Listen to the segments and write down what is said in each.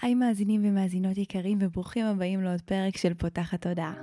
היי מאזינים ומאזינות יקרים וברוכים הבאים לעוד פרק של פותחת תודעה.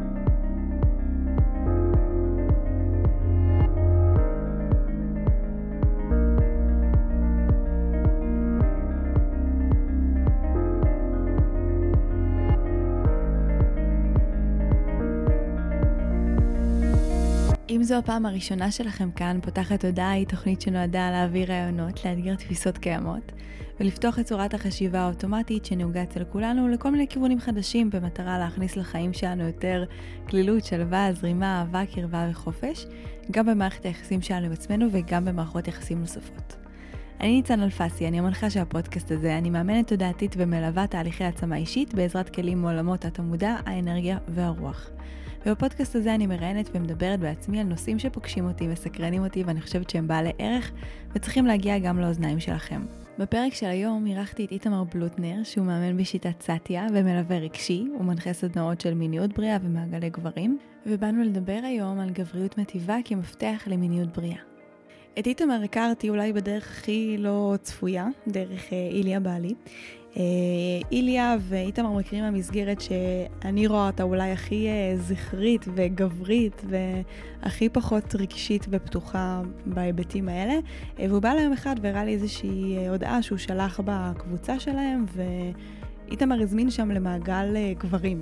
אם זו הפעם הראשונה שלכם כאן, פותחת תודעה היא תוכנית שנועדה להעביר רעיונות, לאתגר תפיסות קיימות, ולפתוח את צורת החשיבה האוטומטית שנהוגה אצל כולנו לכל מיני כיוונים חדשים, במטרה להכניס לחיים שלנו יותר כלילות, שלווה, זרימה, אהבה, קרבה וחופש, גם במערכת היחסים שלנו עם עצמנו וגם במערכות יחסים נוספות. אני ניצן אלפסי, אני המנחה של הפודקאסט הזה, אני מאמנת תודעתית ומלווה תהליכי העצמה אישית בעזרת כלים מעולמות התמודע, האנרגיה והרוח. ובפודקאסט הזה אני מראיינת ומדברת בעצמי על נושאים שפוגשים אותי וסקרנים אותי ואני חושבת שהם בעלי ערך וצריכים להגיע גם לאוזניים שלכם. בפרק של היום אירחתי את איתמר בלוטנר שהוא מאמן בשיטת סאטיה ומלווה רגשי, הוא מנחה סדנאות של מיניות בריאה ומעגלי גברים, ובאנו לדבר היום על גבריות מטיבה כמפתח למיניות בריאה. את איתמר הכרתי אולי בדרך הכי לא צפויה, דרך איליה בעלי. איליה ואיתמר מכירים המסגרת שאני רואה אותה אולי הכי זכרית וגברית והכי פחות רגשית ופתוחה בהיבטים האלה. והוא בא ליום אחד והראה לי איזושהי הודעה שהוא שלח בקבוצה שלהם ואיתמר הזמין שם למעגל גברים.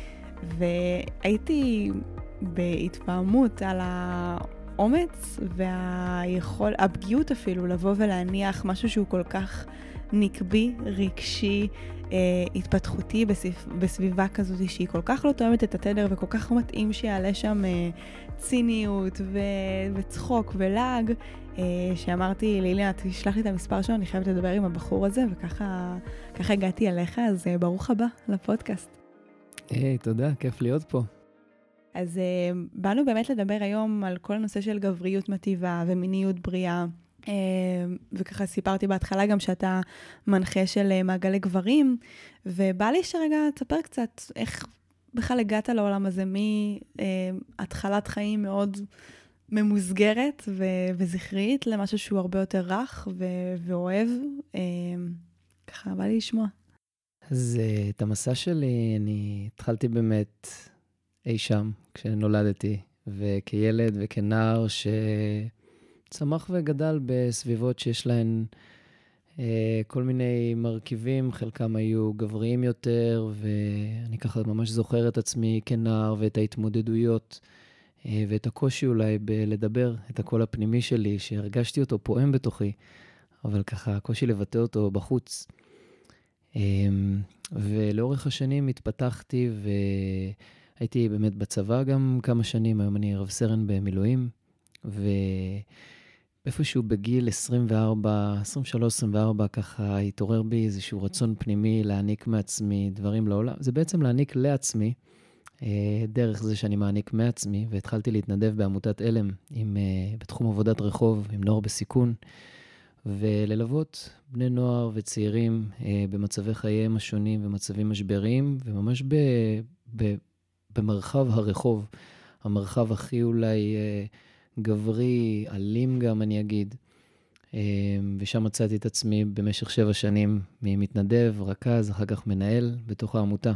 והייתי בהתפעמות על האומץ והפגיעות אפילו לבוא ולהניח משהו שהוא כל כך נקבי, רגשי, התפתחותי בסביבה כזאת שהיא כל כך לא תואמת את התדר וכל כך מתאים שיעלה שם ציניות וצחוק ולעג, שאמרתי ליליה, תשלח לי את המספר שלו, אני חייבת לדבר עם הבחור הזה, וככה הגעתי אליך, אז ברוך הבא לפודקאסט. היי, תודה, כיף להיות פה. אז באנו באמת לדבר היום על כל הנושא של גבריות מטיבה ומיניות בריאה, וככה סיפרתי בהתחלה גם שאתה מנחה של מעגלי גברים, ובא לי שרגע תספר קצת איך בכלל הגעת לעולם הזה, מהתחלת חיים מאוד ממוסגרת וזכרית, למשהו שהוא הרבה יותר רך ואוהב, ככה בא לי לשמוע. אז את המסע שלי אני התחלתי באמת אי שם כשנולדתי, וכילד וכנער צמח וגדל בסביבות שיש להן כל מיני מרכיבים, חלקם היו גבריים יותר, ואני ככה ממש זוכר את עצמי כנער ואת ההתמודדויות, ואת הקושי אולי בלדבר את הקול הפנימי שלי, שהרגשתי אותו פועם בתוכי, אבל ככה הקושי לבטא אותו בחוץ. ולאורך השנים התפתחתי והייתי באמת בצבא גם כמה שנים, היום אני רב סרן במילואים, ואיפשהו בגיל 23-24 ככה התעורר בי איזשהו רצון פנימי להעניק מעצמי דברים לעולם. זה בעצם להעניק לעצמי, דרך זה שאני מעניק מעצמי, והתחלתי להתנדב בעמותת אלם בתחום עבודת רחוב עם נוער בסיכון, וללוות בני נוער וצעירים במצבי חייהם השונים ומצבים משבריים, וממש במרחב הרחוב, המרחב הכי אולי גברי, אלים גם אני אגיד, ושם מצאתי את עצמי במשך 7 שנים ממתנדב, רכז, אחר כך מנהל בתוך העמותה.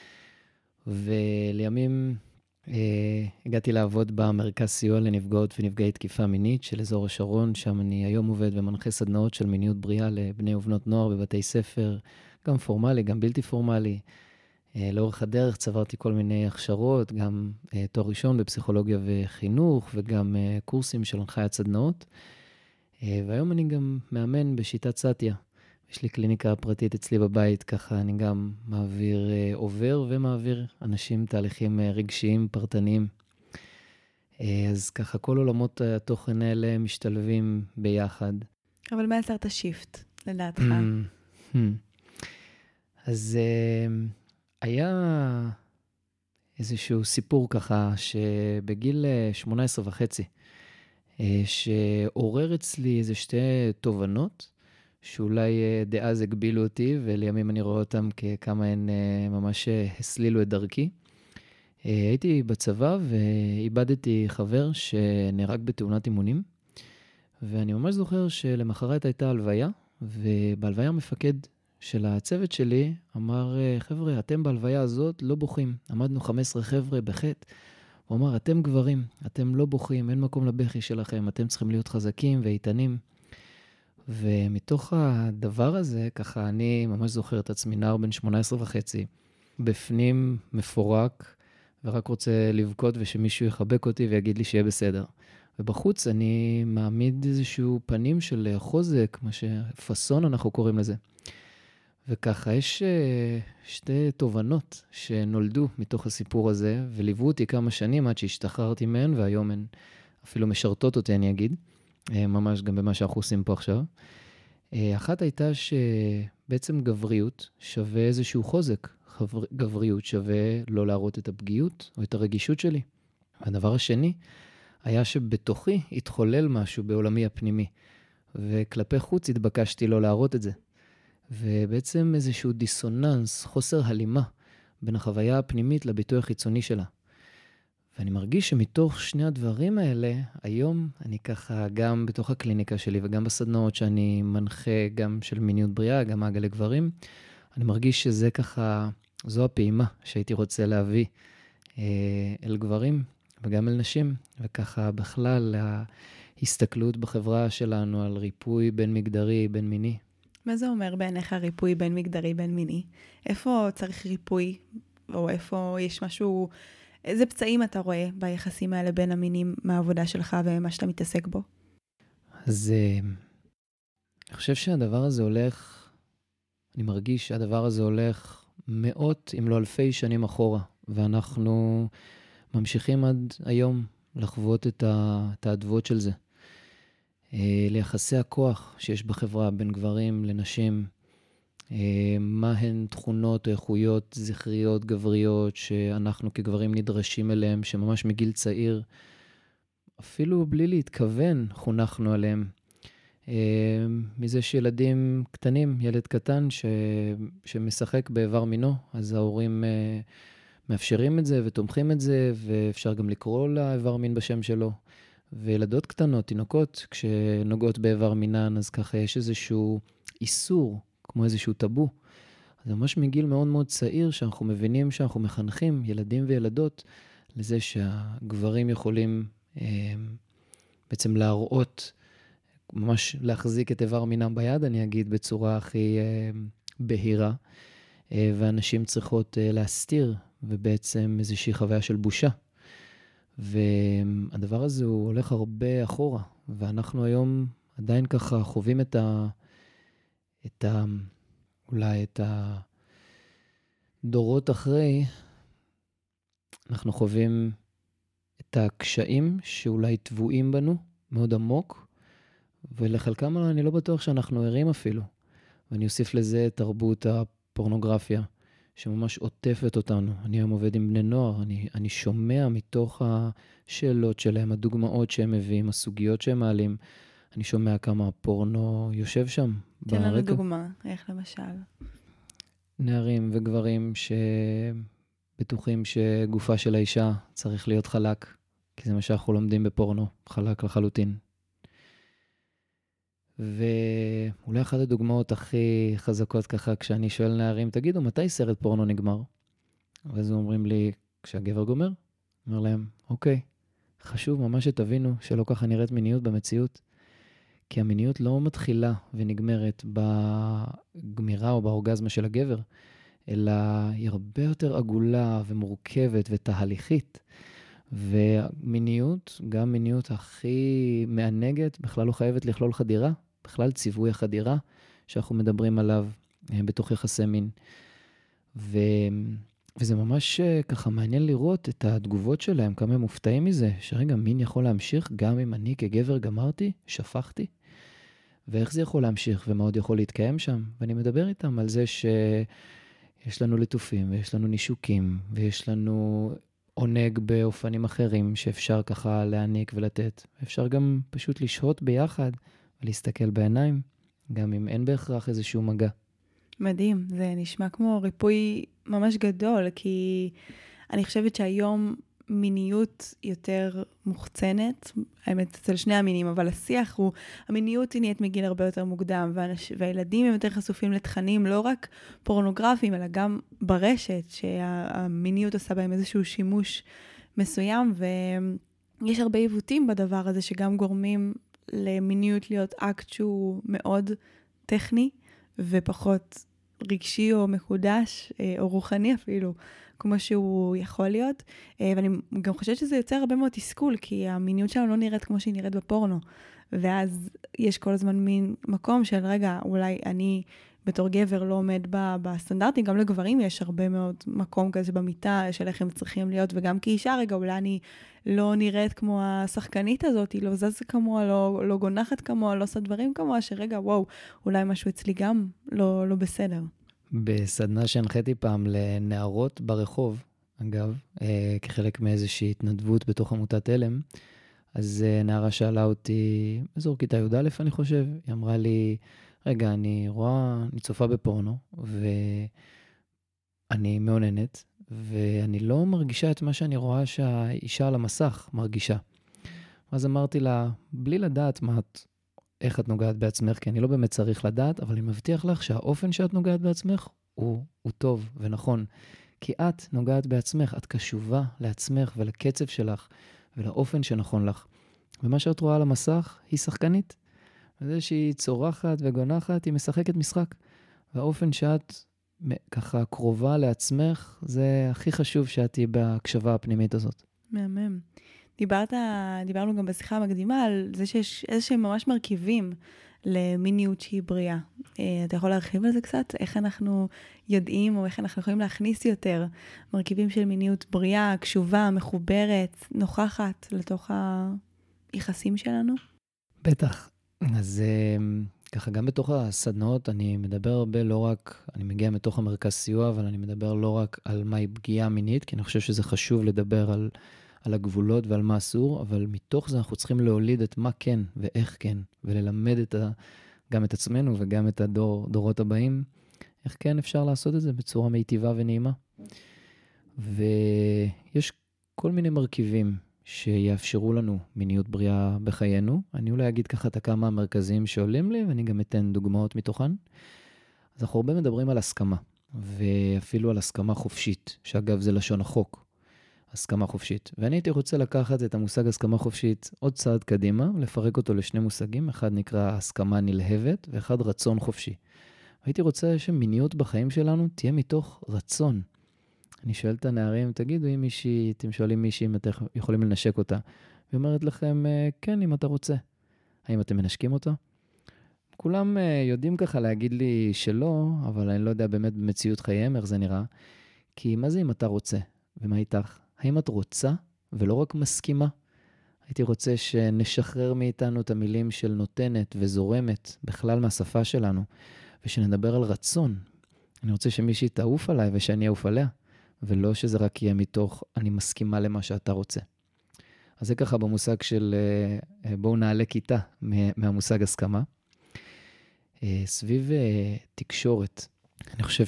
ולימים הגעתי לעבוד במרכז סיוע לנפגעות ונפגעי תקיפה מינית של אזור השרון, שם אני היום עובד ומנחה סדנאות של מיניות בריאה לבני ובנות נוער בבתי ספר, גם פורמלי, גם בלתי פורמלי. לאורך הדרך צברתי כל מיני הכשרות, גם תואר ראשון בפסיכולוגיה וחינוך, וגם קורסים של הנחיית סדנאות. והיום אני גם מאמן בשיטת סאטיה. יש לי קליניקה פרטית אצלי בבית, ככה אני גם עובר ומעביר אנשים תהליכים רגשיים פרטניים. אז ככה כל עולמות התוכן האלה משתלבים ביחד. אבל מה יצר את השיפט, לדעתך? אז היה איזשהו סיפור ככה, שבגיל 18.5, שעורר אצלי איזה 2 תובנות, שאולי דאז הגבילו אותי, ולימים אני רואה אותם ככמה הן ממש הסלילו את דרכי. הייתי בצבא ואיבדתי חבר שנהרג בתאונת אימונים, ואני ממש זוכר שלמחרת הייתה הלוויה, ובהלוויה מפקד של הצוות שלי אמר, חבר'ה, אתם בהלוויה הזאת לא בוכים. עמדנו 15 חבר'ה בחטא. הוא אמר, אתם גברים, אתם לא בוכים, אין מקום לבכי שלכם, אתם צריכים להיות חזקים ואיתנים. ומתוך הדבר הזה, ככה אני ממש זוכר את עצמי, נער בן 18.5, בפנים מפורק, ורק רוצה לבכות ושמישהו יחבק אותי ויגיד לי שיהיה בסדר. ובחוץ אני מעמיד איזשהו פנים של חוזק, מה שפסון אנחנו קוראים לזה. וככה יש שתי תובנות שנולדו מתוך הסיפור הזה, וליוו אותי כמה שנים עד שהשתחררתי מהן, והיום הן אפילו משרתות אותי, אני אגיד, ממש גם במה שאנחנו עושים פה עכשיו. אחת הייתה שבעצם גבריות שווה איזשהו חוזק. גבריות שווה לא להראות את הפגיעות או את הרגישות שלי. הדבר השני היה שבתוכי התחולל משהו בעולמי הפנימי, וכלפי חוץ התבקשתי לא להראות את זה. ובעצם איזשהו דיסוננס, חוסר הלימה בין החוויה הפנימית לביטוי החיצוני שלה. ואני מרגיש שמתוך שני הדברים האלה, היום אני ככה גם בתוך הקליניקה שלי וגם בסדנאות שאני מנחה גם של מיניות בריאה, גם מעגלי גברים, אני מרגיש שזה ככה, זו הפעימה שהייתי רוצה להביא אל גברים וגם אל נשים, וככה בכלל ההסתכלות בחברה שלנו על ריפוי בין מגדרי, בין מיני. מה זה אומר בעיניך ריפוי בין מגדרי, בין מיני? איפה צריך ריפוי, או איפה יש משהו, איזה פצעים אתה רואה ביחסים האלה בין המינים מהעבודה שלך ומה שאתה מתעסק בו? אז אני חושב שהדבר הזה הולך, אני מרגיש שהדבר הזה הולך מאות אם לא אלפי שנים אחורה, ואנחנו ממשיכים עד היום לחוות את האדוות של זה. ליחסי הכוח שיש בחברה בין גברים לנשים, מה הן תכונות או איכויות זכריות, גבריות, שאנחנו כגברים נדרשים אליהם, שממש מגיל צעיר, אפילו בלי להתכוון, חונכנו עליהם. מזה שילדים קטנים, ילד קטן שמשחק באיבר מינו, אז ההורים מאפשרים את זה ותומכים את זה, ואפשר גם לקרוא לאיבר מין בשם שלו. וילדות קטנות, תינוקות, כשנוגעות באיבר מינן, אז ככה יש איזשהו איסור, כמו איזשהו טאבו. אז ממש מגיל מאוד מאוד צעיר, שאנחנו מבינים שאנחנו מחנכים, ילדים וילדות, לזה שהגברים יכולים בעצם להראות, ממש להחזיק את איבר מינם ביד, אני אגיד בצורה הכי בהירה, ואנשים צריכות להסתיר, ובעצם איזושהי חוויה של בושה. והדבר הזה הוא הולך הרבה אחורה, ואנחנו היום עדיין ככה חווים אולי את הדורות אחרי, אנחנו חווים את הקשיים שאולי טבועים בנו מאוד עמוק, ולחלקם אני לא בטוח שאנחנו ערים אפילו. ואני אוסיף לזה תרבות הפורנוגרפיה, שממש עוטפת אותנו. אני היום עובד עם בני נוער, אני שומע מתוך השאלות שלהם, הדוגמאות שהם מביאים, הסוגיות שהם מעלים, אני שומע כמה הפורנו יושב שם. תן לנו דוגמה, איך למשל? נערים וגברים שבטוחים שגופה של האישה צריך להיות חלק, כי זה מה שאנחנו לומדים בפורנו, חלק לחלוטין. ואולי אחת הדוגמאות הכי חזקות ככה, כשאני שואל נערים, תגידו, מתי סרט פורנו נגמר? ואז הם אומרים לי, כשהגבר גומר? אומר להם, אוקיי, חשוב ממש שתבינו שלא ככה נראית מיניות במציאות, כי המיניות לא מתחילה ונגמרת בגמירה או באורגזמה של הגבר, אלא היא הרבה יותר עגולה ומורכבת ותהליכית, ומיניות, גם מיניות הכי מענגת, בכלל לא חייבת לכלול חדירה, בכלל ציווי החדירה שאנחנו מדברים עליו בתוך יחסי מין. וזה ממש ככה מעניין לראות את התגובות שלהם, כמה הם מופתעים מזה, שרגע מין יכול להמשיך גם אם אני כגבר גמרתי, שפכתי, ואיך זה יכול להמשיך ומה עוד יכול להתקיים שם. ואני מדבר איתם על זה שיש לנו ליטופים ויש לנו נישוקים ויש לנו עונג באופנים אחרים שאפשר ככה להעניק ולתת. אפשר גם פשוט לשהות ביחד ולהסתכל בעיניים, גם אם אין בהכרח איזשהו מגע. מדהים, זה נשמע כמו ריפוי ממש גדול, כי אני חושבת שהיום מיניות יותר מוחצנת, האמת אצל שני המינים, אבל השיח הוא, המיניות היא נהיית מגיל הרבה יותר מוקדם, והילדים הם יותר חשופים לתכנים, לא רק פורנוגרפיים, אלא גם ברשת, שהמיניות עושה בהם איזשהו שימוש מסוים, ויש הרבה עיוותים בדבר הזה, שגם גורמים למיניות להיות אקט שהוא מאוד טכני, ופחות רגשי או מקודש, או רוחני אפילו, כמו שהוא יכול להיות. ואני גם חושבת שזה יוצר הרבה מאוד תסכול, כי המיניות שלנו לא נראית כמו שהיא נראית בפורנו. ואז יש כל הזמן מין מקום של, רגע, אולי אני בתור גבר לא עומד בסטנדרטים, גם לגברים יש הרבה מאוד מקום כזה במיטה, של איך הם צריכים להיות, וגם כאישה, רגע, אולי אני לא נראית כמו השחקנית הזאת, היא לא זז כמוה, לא גונחת כמוה, לא עושה דברים כמוה, שרגע, וואו, אולי משהו אצלי גם לא בסדר. בסדנה שהנחיתי פעם לנערות ברחוב, אגב, כחלק מאיזושהי התנדבות בתוך עמותת אלם, אז נערה שאלה אותי, אזור כיתה י"א אני חושב, היא אמרה לי, רגע, אני צופה בפורנו, ואני מעוננת, ואני לא מרגישה את מה שאני רואה שהאישה על המסך מרגישה. אז אמרתי לה, בלי לדעת איך את נוגעת בעצמך, כי אני לא באמת צריך לדעת, אבל אני מבטיח לך שהאופן שאת נוגעת בעצמך הוא טוב ונכון. כי את נוגעת בעצמך, את קשובה לעצמך ולקצב שלך ולאופן שנכון לך. ומה שאת רואה על המסך היא שחקנית. וזה שהיא צורחת וגונחת, היא משחקת משחק. והאופן שאת ככה קרובה לעצמך, זה הכי חשוב שאת תהיה בהקשבה הפנימית הזאת. מהמם. דיברנו גם בשיחה המקדימה על זה שיש איזשהם ממש מרכיבים למיניות שהיא בריאה. אתה יכול להרחיב על זה קצת? איך אנחנו יודעים או איך אנחנו יכולים להכניס יותר מרכיבים של מיניות בריאה, קשובה, מחוברת, נוכחת לתוך היחסים שלנו? בטח. אז ככה גם בתוך הסדנאות אני מדבר הרבה אני מגיע מתוך המרכז סיוע, אבל אני מדבר לא רק על מהי פגיעה מינית, כי אני חושב שזה חשוב לדבר על הגבולות ועל מה אסור, אבל מתוך זה אנחנו צריכים להוליד את מה כן ואיך כן, וללמד גם את עצמנו וגם את הדורות הבאים, איך כן אפשר לעשות את זה בצורה מיטיבה ונעימה. ויש כל מיני מרכיבים שיאפשרו לנו מיניות בריאה בחיינו. אני אולי אגיד ככה את הכמה המרכזיים שעולים לי, ואני גם אתן דוגמאות מתוכן. אז אנחנו הרבה מדברים על הסכמה, ואפילו על הסכמה חופשית, שאגב זה לשון החוק. הסכמה חופשית. ואני הייתי רוצה לקחת את המושג הסכמה חופשית עוד צעד קדימה, לפרק אותו לשני מושגים, אחד נקרא הסכמה נלהבת, ואחד רצון חופשי. הייתי רוצה שמיניות בחיים שלנו תהיה מתוך רצון. אני שואל את הנערים, תגידו אם אתם שואלים מישהי אם אתם יכולים לנשק אותה. היא אומרת לכם, כן, אם אתה רוצה. האם אתם מנשקים אותה? כולם יודעים ככה להגיד לי שלא, אבל אני לא יודע באמת במציאות חייהם איך זה נראה. כי מה זה אם אתה רוצה? ומה איתך? האם את רוצה ולא רק מסכימה? הייתי רוצה שנשחרר מאיתנו את המילים של נותנת וזורמת בכלל מהשפה שלנו, ושנדבר על רצון. אני רוצה שמישהי תעוף עליי ושאני אעוף עליה, ולא שזה רק יהיה מתוך אני מסכימה למה שאתה רוצה. אז זה ככה במושג של בואו נעלה כיתה מהמושג הסכמה. סביב תקשורת, אני חושב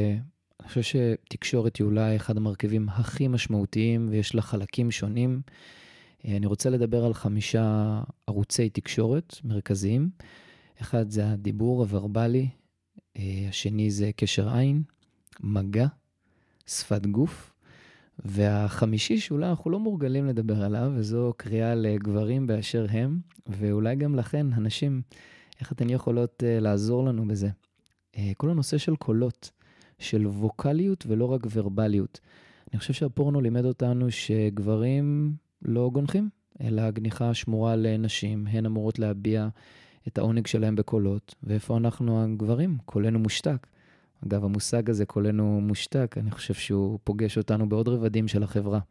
שתקשורת היא אולי אחד המרכיבים הכי משמעותיים, ויש לה חלקים שונים. אני רוצה לדבר על 5 ערוצי תקשורת מרכזיים. אחד זה הדיבור הוורבלי, השני זה קשר עין, מגע, שפת גוף, והחמישי שאולי אנחנו לא מורגלים לדבר עליו, וזו קריאה לגברים באשר הם, ואולי גם לכן, הנשים, איך אתן יכולות לעזור לנו בזה? כל הנושא של קולות, של ווקליות ולא רק ורבליות. אני חושב שהפורנו לימד אותנו שגברים לא גונחים, אלא גניחה שמורה לנשים, הן אמורות להביע את העונג שלהם בקולות, ואיפה אנחנו הגברים? קולנו מושתק. אגב, המושג הזה, קולנו מושתק, אני חושב שהוא פוגש אותנו בעוד רבדים של החברה,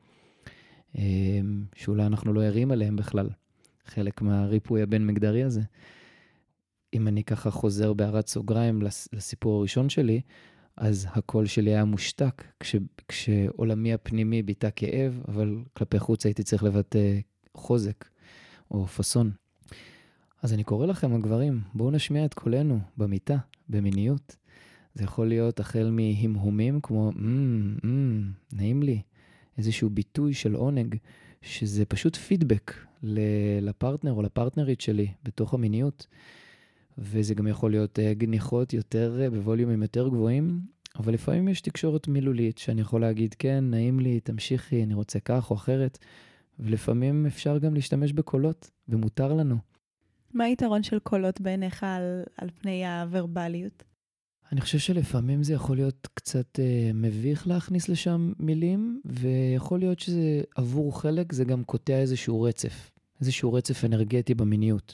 שאולי אנחנו לא ערים עליהם בכלל, חלק מהריפוי הבין מגדרי הזה. אם אני ככה חוזר בהערת סוגריים לסיפור הראשון שלי, אז הקול שלי היה מושתק, כשעולמי הפנימי ביטא כאב, אבל כלפי חוץ הייתי צריך לבטא חוזק או פסון. אז אני קורא לכם הגברים, בואו נשמיע את קולנו במיטה, במיניות. זה יכול להיות החל מהמהומים כמו, נעים לי, איזשהו ביטוי של עונג, שזה פשוט פידבק לפרטנר או לפרטנרית שלי בתוך המיניות. וזה גם יכול להיות גניחות יותר, בווליומים יותר גבוהים, אבל לפעמים יש תקשורת מילולית, שאני יכול להגיד, כן, נעים לי, תמשיכי, אני רוצה כך או אחרת, ולפעמים אפשר גם להשתמש בקולות, ומותר לנו. מה היתרון של קולות בעיניך על פני הוורבליות? אני חושב שלפעמים זה יכול להיות קצת מביך להכניס לשם מילים, ויכול להיות שזה עבור חלק, זה גם קוטע איזשהו רצף אנרגטי במיניות.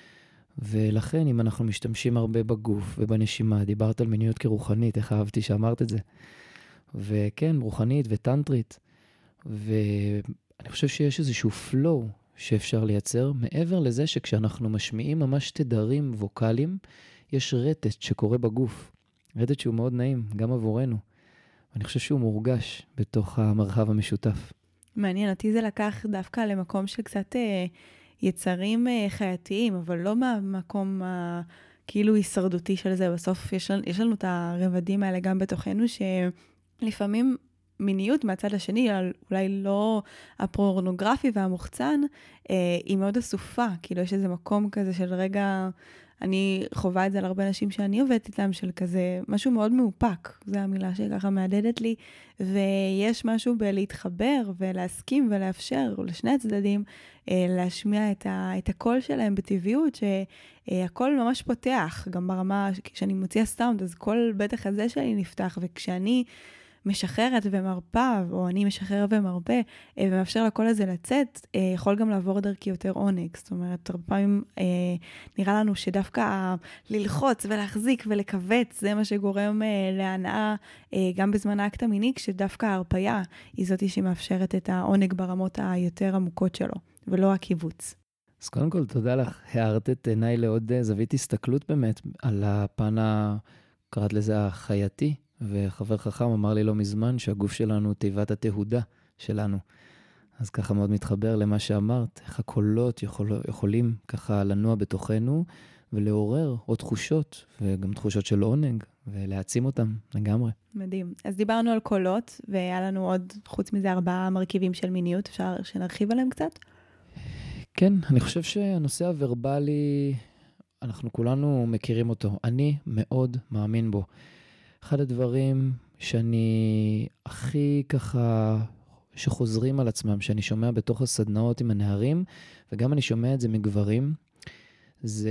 ולכן אם אנחנו משתמשים הרבה בגוף ובנשימה, דיברת על מיניות כרוחנית, איך אהבתי שאמרת את זה. וכן, רוחנית וטנטרית. ואני חושב שיש איזשהו flow שאפשר לייצר, מעבר לזה שכשאנחנו משמיעים ממש תדרים ווקליים, יש רטט שקורה בגוף. רטט שהוא מאוד נעים, גם עבורנו. אני חושב שהוא מורגש בתוך המרחב המשותף. מעניין, אותי זה לקח דווקא למקום של קצת יצרים חייתיים, אבל לא מהמקום כאילו הישרדותי של זה. בסוף יש לנו את הרבדים האלה גם בתוכנו, שלפעמים מיניות מהצד השני, אולי לא הפורנוגרפי והמוחצן, היא מאוד אסופה. כאילו יש איזה מקום כזה של רגע, אני חווה את זה על הרבה אנשים שאני עובדת איתם, של כזה משהו מאוד מאופק. זו המילה שככה מהדהדת לי. ויש משהו בלהתחבר ולהסכים ולאפשר לשני הצדדים להשמיע את הקול שלהם בטבעיות, שהקול ממש פותח. גם ברמה, כשאני מוציאה סאונד, אז כל בטח הזה שלי נפתח, וכשאני משחררת ומרפא, או אני משחרר ומרפא, ומאפשר לקול הזה לצאת, יכול גם לעבור דרכי יותר עונג. זאת אומרת, הרבה פעמים נראה לנו שדווקא ללחוץ ולהחזיק ולכווץ, זה מה שגורם להנאה, גם בזמן האקט המיני, כשדווקא ההרפאיה היא זאת שמאפשרת את העונג ברמות היותר עמוקות שלו, ולא הקיבוץ. אז קודם כל, תודה לך. הערת את עיניי לעוד זווית הסתכלות באמת, על הפן, קראת לזה החייתי, וחבר חכם אמר לי לא מזמן שהגוף שלנו הוא תיבת התהודה שלנו. אז ככה מאוד מתחבר למה שאמרת, איך הקולות יכולים ככה לנוע בתוכנו ולעורר עוד תחושות, וגם תחושות של עונג, ולהעצים אותם לגמרי. מדהים. אז דיברנו על קולות, והיה לנו עוד, חוץ מזה, 4 מרכיבים של מיניות. אפשר שנרחיב עליהם קצת? כן, אני חושב שהנושא הוורבלי, אנחנו כולנו מכירים אותו. אני מאוד מאמין בו. אחד הדברים שאני הכי ככה, שחוזרים על עצמם, שאני שומע בתוך הסדנאות עם הנערים, וגם אני שומע את זה מגברים, זה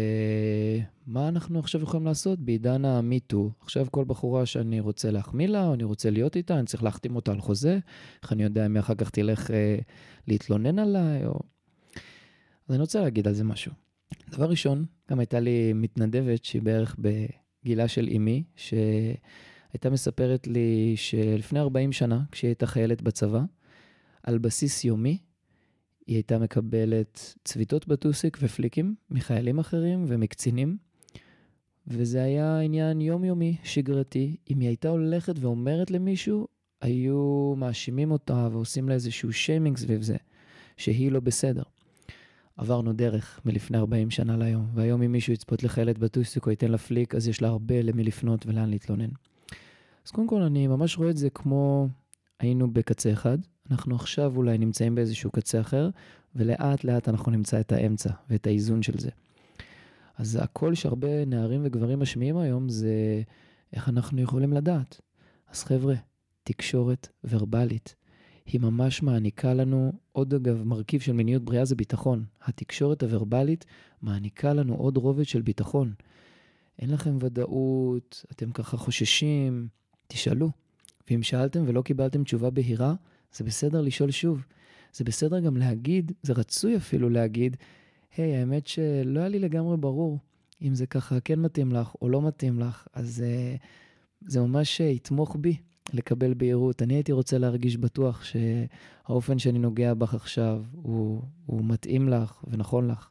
מה אנחנו עכשיו יכולים לעשות בעידן המיטו. עכשיו כל בחורה שאני רוצה להחמיא לה, או אני רוצה להיות איתה, אני צריך להחתים אותה על חוזה, איך אני יודע אם אחר כך תלך להתלונן עליי, או... אז אני רוצה להגיד על זה משהו. דבר ראשון, גם הייתה לי מתנדבת שהיא בערך גילה של אמי, שהייתה מספרת לי שלפני 40 שנה, כשהיא הייתה חיילת בצבא, על בסיס יומי, היא הייתה מקבלת צביטות בטוסיק ופליקים מחיילים אחרים ומקצינים, וזה היה עניין יומיומי, שגרתי. אם היא הייתה הולכת ואומרת למישהו, היו מאשימים אותה ועושים לה איזשהו שיימינג סביב זה, שהיא לא בסדר. עברנו דרך מלפני 40 שנה להיום, והיום אם מישהו יצפות לחיילת בטוסיק או ייתן לה פליק, אז יש לה הרבה למי לפנות ולאן להתלונן. אז קודם כל אני ממש רואה את זה כמו היינו בקצה אחד, אנחנו עכשיו אולי נמצאים באיזשהו קצה אחר, ולאט לאט אנחנו נמצא את האמצע ואת האיזון של זה. אז הכל שהרבה נערים וגברים משמיעים היום זה איך אנחנו יכולים לדעת. אז חבר'ה, תקשורת ורבלית. היא ממש מעניקה לנו, עוד אגב, מרכיב של מיניות בריאה זה ביטחון. התקשורת הוורבלית מעניקה לנו עוד רובד של ביטחון. אין לכם ודאות, אתם ככה חוששים, תשאלו. ואם שאלתם ולא קיבלתם תשובה בהירה, זה בסדר לשאול שוב. זה בסדר גם להגיד, זה רצוי אפילו להגיד, היי, האמת שלא היה לי לגמרי ברור אם זה ככה כן מתאים לך או לא מתאים לך, אז זה ממש יתמוך בי. לקבל בהירות. אני הייתי רוצה להרגיש בטוח שהאופן שאני נוגע בך עכשיו הוא מתאים לך ונכון לך.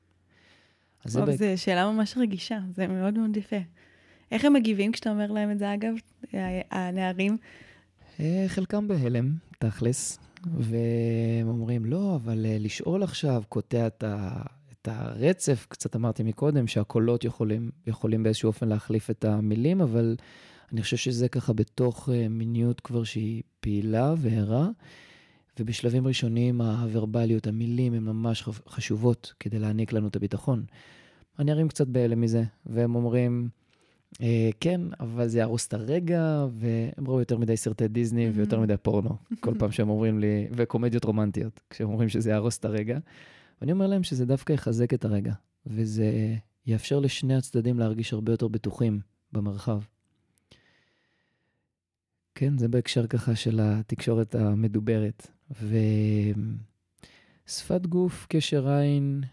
זו שאלה ממש רגישה, זה מאוד מאוד יפה. איך הם מגיבים כשאתה אומר להם את זה אגב, הנערים? חלקם בהלם, תכלס, והם אומרים לא, אבל לשאול עכשיו קוטע את הרצף, קצת אמרתי מקודם שהקולות יכולים באיזשהו אופן להחליף את המילים, אבל אני חושב שזה ככה בתוך מיניות כבר שהיא פעילה והרה, ובשלבים ראשונים הוורבליות, המילים, הן ממש חשובות כדי להעניק לנו את הביטחון. הנערים קצת בהלם מזה, והם אומרים, כן, אבל זה יהרוס את הרגע, והם ראו יותר מדי סרטי דיסני ויותר מדי פורנו, כל פעם שהם אומרים לי, וקומדיות רומנטיות, כשהם אומרים שזה יהרוס את הרגע. ואני אומר להם שזה דווקא יחזק את הרגע, וזה יאפשר לשני הצדדים להרגיש הרבה יותר בטוחים במרחב. כן, זה בהקשר ככה של התקשורת המדוברת. ושפת גוף, קשר עין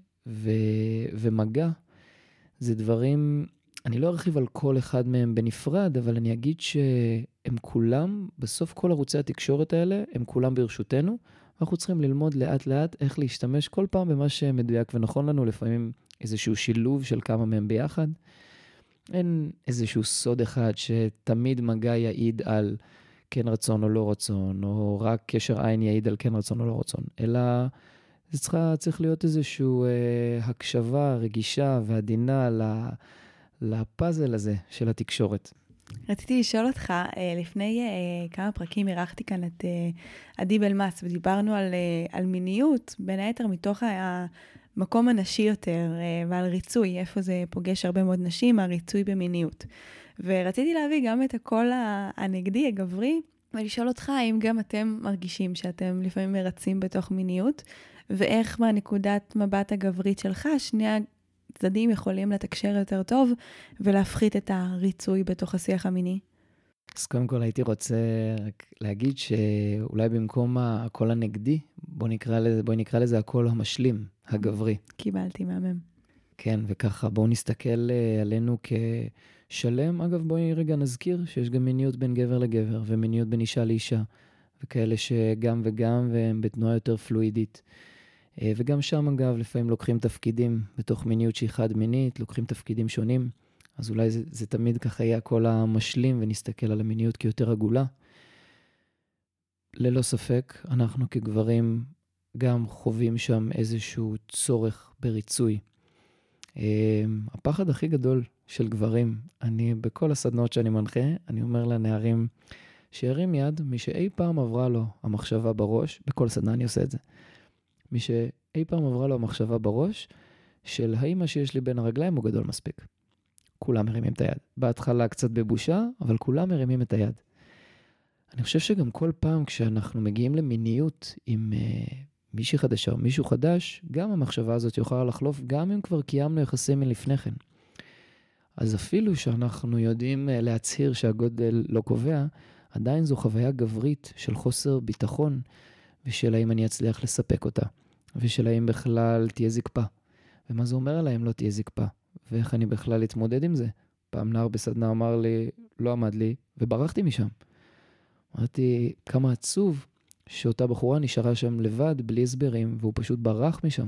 ומגע, זה דברים, אני לא ארחיב על כל אחד מהם בנפרד, אבל אני אגיד שהם כולם, בסוף כל ערוצי התקשורת האלה, הם כולם ברשותנו, אנחנו צריכים ללמוד לאט לאט איך להשתמש כל פעם במה שמדויק ונכון לנו, לפעמים איזשהו שילוב של כמה מהם ביחד. אין איזשהו סוד אחד שתמיד מגע יעיד על כן רצון או לא רצון, או רק קשר עין יעיד על כן רצון או לא רצון, אלא זה צריך להיות איזשהו הקשבה רגישה ועדינה לפאזל הזה של התקשורת. רציתי לשאול אותך, לפני כמה פרקים אירחתי כאן את עדי בלמס, ודיברנו על מיניות, בין היתר מתוך המקום הנשי יותר, ועל ריצוי, איפה זה פוגש הרבה מאוד נשים, הריצוי במיניות. ורציתי להביא גם את הקול הנגדי, הגברי, ולשאול אותך האם גם אתם מרגישים שאתם לפעמים מרצים בתוך מיניות, ואיך מהנקודת מבט הגברית שלך, שני הצדדים יכולים לתקשר יותר טוב, ולהפחית את הריצוי בתוך השיח המיני. אז קודם כל הייתי רוצה רק להגיד שאולי במקום הקול הנגדי, בואי נקרא לזה הקול המשלים, הגברי. קיבלתי מהמם. כן, וככה בואו נסתכל עלינו כשלם. אגב, בואי רגע נזכיר שיש גם מיניות בין גבר לגבר, ומיניות בין אישה לאישה, וכאלה שגם וגם, והם בתנועה יותר פלואידית. וגם שם, אגב, לפעמים לוקחים תפקידים בתוך מיניות שהיא חד מינית, לוקחים תפקידים שונים, אז אולי זה תמיד ככה יהיה הכל המשלים, ונסתכל על המיניות כיותר עגולה. ללא ספק, אנחנו כגברים גם חווים שם איזשהו צורך בריצוי. הפחד הכי גדול של גברים, בכל הסדנאות שאני מנחה, אני אומר לנערים שירים יד, מי שאי פעם עברה לו המחשבה בראש, בכל סדנה אני עושה את זה, מי שאי פעם עברה לו המחשבה בראש, של האם מה שיש לי בין הרגליים הוא גדול מספיק. כולם מרימים את היד. בהתחלה קצת בבושה, אבל כולם מרימים את היד. אני חושב שגם כל פעם כשאנחנו מגיעים למיניות עם מישהי חדשה או מישהו חדש, גם המחשבה הזאת יכולה לחלוף, גם אם כבר קיימנו יחסים מלפני כן. אז אפילו שאנחנו יודעים להצהיר שהגודל לא קובע, עדיין זו חוויה גברית של חוסר ביטחון, ושל האם אני אצליח לספק אותה, ושל האם בכלל תהיה זקפה. ומה זה אומר עליהם לא תהיה זקפה, ואיך אני בכלל אתמודד עם זה. פעם נער בסדנה אמר לי, לא עמד לי, וברחתי משם. אמרתי, כמה עצוב שאותה בחורה נשארה שם לבד, בלי הסברים, והוא פשוט ברח משם.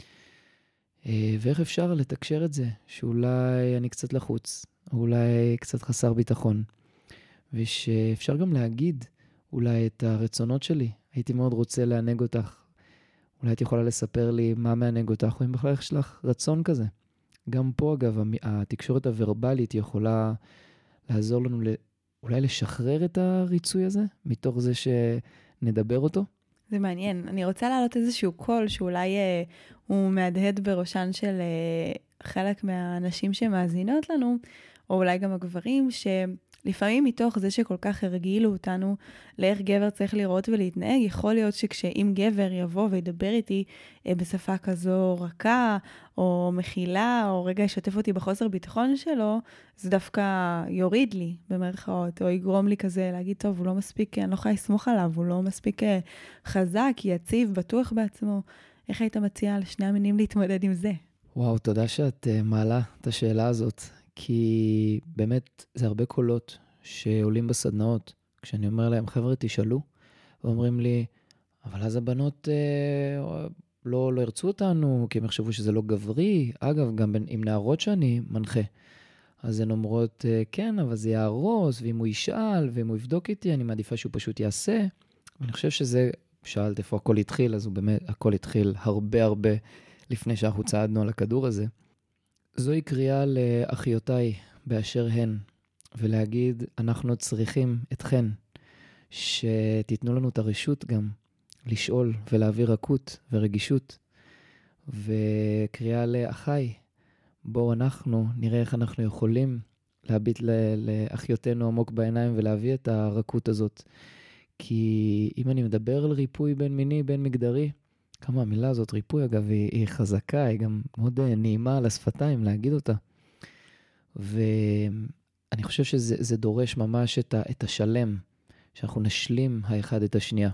ואיך אפשר לתקשר את זה, שאולי אני קצת לחוץ, אולי קצת חסר ביטחון, ושאפשר גם להגיד אולי את הרצונות שלי. הייתי מאוד רוצה לענג אותך. אולי את יכולה לספר לי מה מענג אותך, או אם בכלל יש לך רצון כזה. גם פה, אגב, התקשורת הוורבלית יכולה לעזור לנו אולי לשחרר את הריצוי הזה, מתוך זה שנדבר אותו. זה מעניין. אני רוצה להעלות איזשהו קול שאולי הוא מהדהד בראשן של חלק מהאנשים שמאזינות לנו, או אולי גם הגברים, שלפעמים מתוך זה שכל כך הרגילו אותנו לאיך גבר צריך לראות ולהתנהג, יכול להיות שכשאם גבר יבוא וידבר איתי בשפה כזו רכה, או מכילה, או רגע ישתף אותי בחוסר ביטחון שלו, זה דווקא יוריד לי במרכאות, או יגרום לי כזה להגיד, טוב, הוא לא מספיק, אני לא יכולה לסמוך עליו, הוא לא מספיק חזק, יציב, בטוח בעצמו. איך היית מציעה לשני המינים להתמודד עם זה? וואו, תודה שאת מעלה את השאלה הזאת, כי באמת זה הרבה קולות שעולים בסדנאות, כשאני אומר להם, חבר'ה, תשאלו, ואומרים לי, אבל אז הבנות לא ירצו אותנו, כי הם יחשבו שזה לא גברי. אגב, גם עם נערות שאני מנחה, אז הן אומרות, כן, אבל זה יהרוס, ואם הוא ישאל, ואם הוא יבדוק איתי, אני מעדיפה שהוא פשוט יעשה. ואני חושב שזה, שאלת איפה הכל התחיל, אז הוא באמת, הכל התחיל הרבה הרבה לפני שאנחנו צעדנו על הכדור הזה. זוהי קריאה לאחיותיי באשר הן, ולהגיד, אנחנו צריכים אתכן, שתיתנו לנו את הרשות גם לשאול ולהביא רכות ורגישות, וקריאה לאחיי, בואו אנחנו נראה איך אנחנו יכולים להביט לאחיותינו עמוק בעיניים ולהביא את הרכות הזאת. כי אם אני מדבר על ריפוי בין מיני, בין מגדרי, כמה המילה הזאת, ריפוי אגב, היא חזקה, היא גם מאוד נעימה על השפתיים להגיד אותה. ואני חושב שזה דורש ממש את השלם, שאנחנו נשלים האחד את השנייה.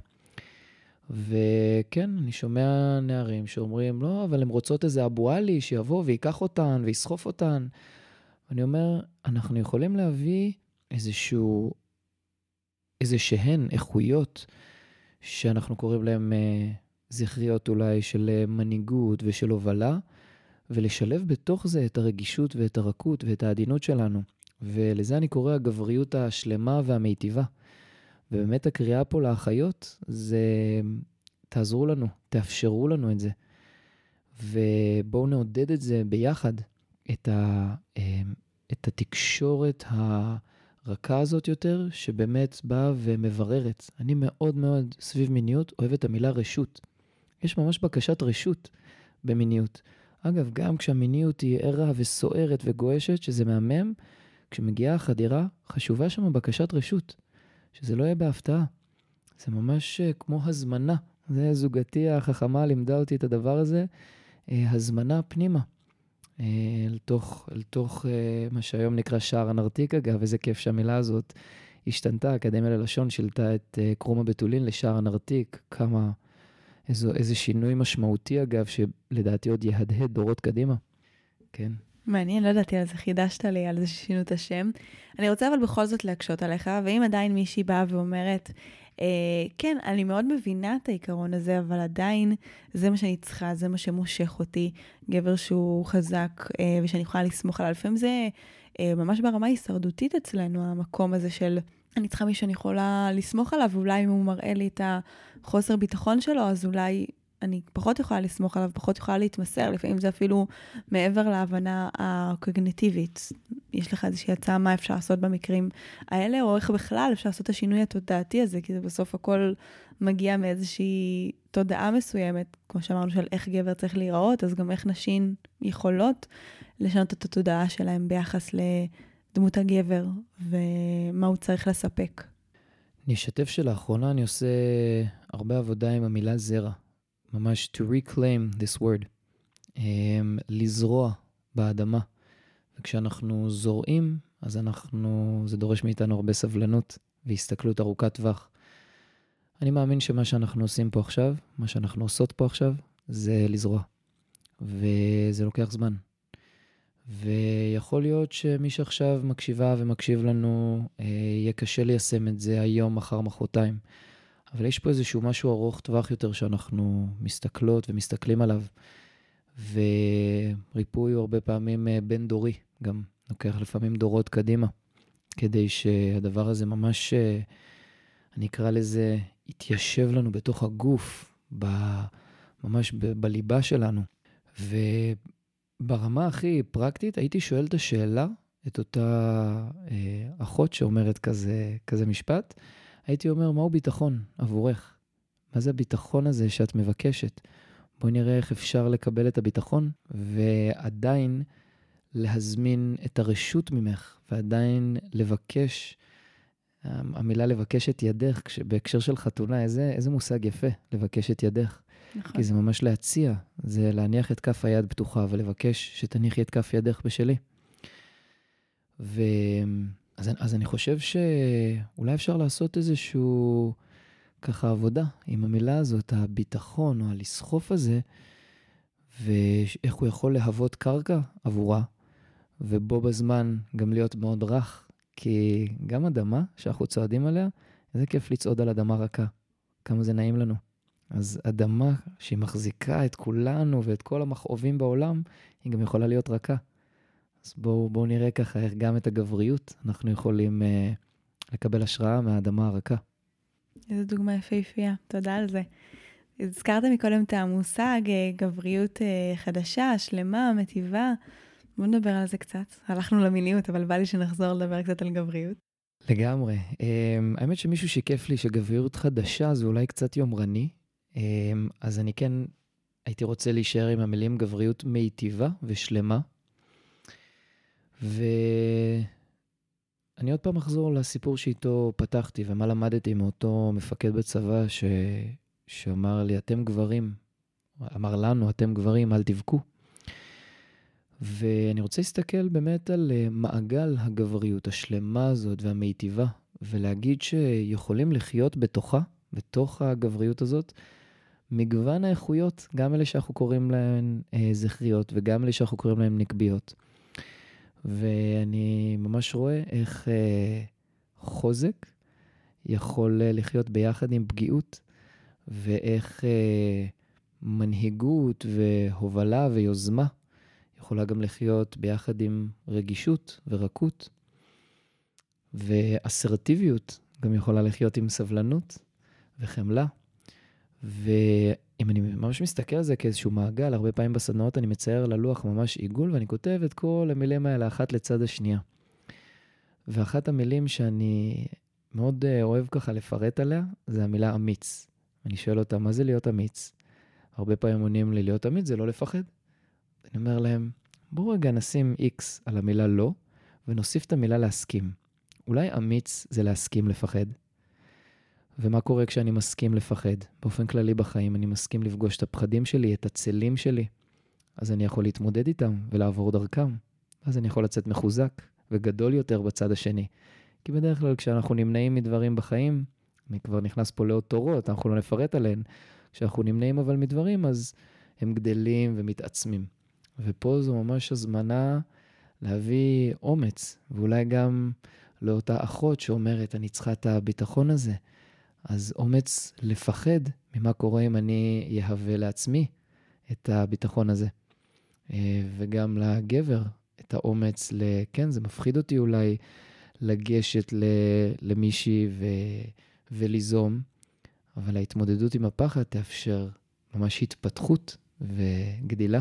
וכן, אני שומע נערים שאומרים, לא, אבל הם רוצות איזה אבואלי שיבוא ויקח אותן ויסחוף אותן. אני אומר, אנחנו יכולים להביא איזשהן איכויות שאנחנו קוראים להם זכריות אולי של מנהיגות ושל הובלה, ולשלב בתוך זה את הרגישות ואת הרכות ואת העדינות שלנו. ולזה אני קורא הגבריות השלמה והמיטיבה. ובאמת הקריאה פה לאחיות זה תעזרו לנו, תאפשרו לנו את זה. ובואו נעודד את זה ביחד, את התקשורת הרכה הזאת יותר, שבאמת באה ומבררת. אני מאוד מאוד סביב מיניות אוהב את המילה רשות. יש ממש בקשת רשות במיניות. אגב, גם כשהמיניות היא ערה וסוערת וגועשת, שזה מהמם, כשמגיעה החדירה, חשובה שם בקשת רשות. שזה לא יהיה בהפתעה. זה ממש כמו הזמנה. זה זוגתי החכמה לימדה אותי את הדבר הזה, הזמנה פנימה. אל תוך מה שהיום נקרא שער הנרתיק, אגב, איזה כיף שהמילה הזאת השתנתה. האקדמיה ללשון שילתה את קרום הבתולין לשער הנרתיק. איזה שינוי משמעותי, אגב, שלדעתי עוד יהדהד דורות קדימה. כן. מעניין, לא ידעתי על זה, חידשת לי על זה ששינו את השם. אני רוצה אבל בכל זאת להקשות עליך, ואם עדיין מישהי באה ואומרת, כן, אני מאוד מבינה את העיקרון הזה, אבל עדיין זה מה שאני צריכה, זה מה שמושך אותי, גבר שהוא חזק ושאני יכולה לסמוך עליו. לפעמים זה ממש ברמה הישרדותית אצלנו, המקום הזה של אני צריכה מישהו שאני יכולה לסמוך עליו, ואולי אם הוא מראה לי את החוסר ביטחון שלו, אז אולי אני פחות יכולה לסמוך עליו, פחות יכולה להתמסר, לפעמים זה אפילו מעבר להבנה הקוגניטיבית. יש לך איזושהי הצעה מה אפשר לעשות במקרים האלה, או איך בכלל אפשר לעשות את השינוי התודעתי הזה, כי זה בסוף הכל מגיע מאיזושהי תודעה מסוימת, כמו שאמרנו של איך גבר צריך להיראות, אז גם איך נשים יכולות לשנות את התודעה שלהם ביחס לדמות הגבר, ומה הוא צריך לספק. אני אשתף שלאחרונה אני עושה הרבה עבודה עם המילה זרע. ממש to reclaim this word, לזרוע באדמה. וכשאנחנו זורעים, אז זה דורש מאיתנו הרבה סבלנות והסתכלות ארוכת טווח. אני מאמין שמה שאנחנו עושים פה עכשיו, מה שאנחנו עושות פה עכשיו, זה לזרוע. וזה לוקח זמן. ויכול להיות שמי שעכשיו מקשיבה ומקשיב לנו, יהיה קשה ליישם את זה היום, מחר, מחרתיים. אבל יש פה איזשהו משהו ארוך טווח יותר שאנחנו מסתכלות ומסתכלים עליו. וריפוי הוא הרבה פעמים בין דורי, גם לוקח לפעמים דורות קדימה, כדי שהדבר הזה ממש, אני אקרא לזה, יתיישב לנו בתוך הגוף, ממש בליבה שלנו. וברמה הכי פרקטית, הייתי שואל את השאלה, את אותה אחות שאומרת כזה משפט, הייתי אומר, מהו ביטחון עבורך? מה זה הביטחון הזה שאת מבקשת? בואי נראה איך אפשר לקבל את הביטחון, ועדיין להזמין את הרשות ממך, ועדיין לבקש, המילה לבקש את ידך, בהקשר של חתונה, איזה מושג יפה, לבקש את ידך. נכון. כי זה ממש להציע, זה להניח את כף היד פתוחה, ולבקש שתניחי את כף ידך בשלי. אז אני חושב שאולי אפשר לעשות איזשהו ככה עבודה עם המילה הזאת, הביטחון או הלסחוף הזה, ואיך הוא יכול להוות קרקע עבורה, ובו בזמן גם להיות מאוד רך, כי גם אדמה שאנחנו צועדים עליה, איזה כיף לצעוד על אדמה רכה, כמה זה נעים לנו. אז אדמה שהיא מחזיקה את כולנו ואת כל המכאובים בעולם, היא גם יכולה להיות רכה. אז בואו נראה ככה איך גם את הגבריות אנחנו יכולים לקבל השראה מהאדמה הרכה. איזו דוגמה יפהפייה, תודה על זה. הזכרת מקודם את המושג גבריות חדשה, שלמה, מטיבה. בואו נדבר על זה קצת. הלכנו למיניות, אבל בא לי שנחזור לדבר קצת על גבריות. לגמרי. האמת שמישהו שיקף לי שגבריות חדשה זה אולי קצת יומרני, אז אני כן הייתי רוצה להישאר עם המילים גבריות מיטיבה ושלמה. ואני עוד פעם אחזור לסיפור שאיתו פתחתי, ומה למדתי מאותו מפקד בצבא שאמר לי, אתם גברים, אמר לנו, אתם גברים, אל תבכו. ואני רוצה להסתכל באמת על מעגל הגבריות השלמה הזאת והמיטיבה, ולהגיד שיכולים לחיות בתוכה, בתוך הגבריות הזאת, מגוון האיכויות, גם אלה שאנחנו קוראים להן זכריות, וגם אלה שאנחנו קוראים להן נקביות. ואני ממש רואה איך חוזק יכול לחיות ביחד עם פגיעות, ואיך מנהיגות והובלה ויוזמה יכולה גם לחיות ביחד עם רגישות ורקות, ואסרטיביות גם יכולה לחיות עם סבלנות וחמלה. ואם אני ממש מסתכל על זה כאיזשהו מעגל, הרבה פעמים בסדנאות אני מצייר על הלוח ממש עיגול, ואני כותב את כל המילים האלה אחת לצד השנייה. ואחת המילים שאני מאוד אוהב ככה לפרט עליה, זה המילה אמיץ. אני שואל אותה, מה זה להיות אמיץ? הרבה פעמים עונים לי, להיות אמיץ זה לא לפחד. אני אומר להם, בואו רגע נשים X על המילה לא, ונוסיף את המילה להסכים. אולי אמיץ זה להסכים לפחד? ומה קורה כשאני מסכים לפחד? באופן כללי בחיים אני מסכים לפגוש את הפחדים שלי, את הצלים שלי. אז אני יכול להתמודד איתם ולעבור דרכם. אז אני יכול לצאת מחוזק וגדול יותר בצד השני. כי בדרך כלל כשאנחנו נמנעים מדברים בחיים, אני כבר נכנס פה לעוד תורות, אנחנו לא נפרט עליהן. כשאנחנו נמנעים אבל מדברים, אז הם גדלים ומתעצמים. ופה זו ממש הזמנה להביא אומץ, ואולי גם לאותה אחות שאומרת, אני צריכה את הביטחון הזה. אז אומץ לפחד ממה קורה אם אני יהווה לעצמי את הביטחון הזה. וגם לגבר, את האומץ, כן, זה מפחיד אותי אולי לגשת למישהי וליזום, אבל ההתמודדות עם הפחד תאפשר ממש התפתחות וגדילה.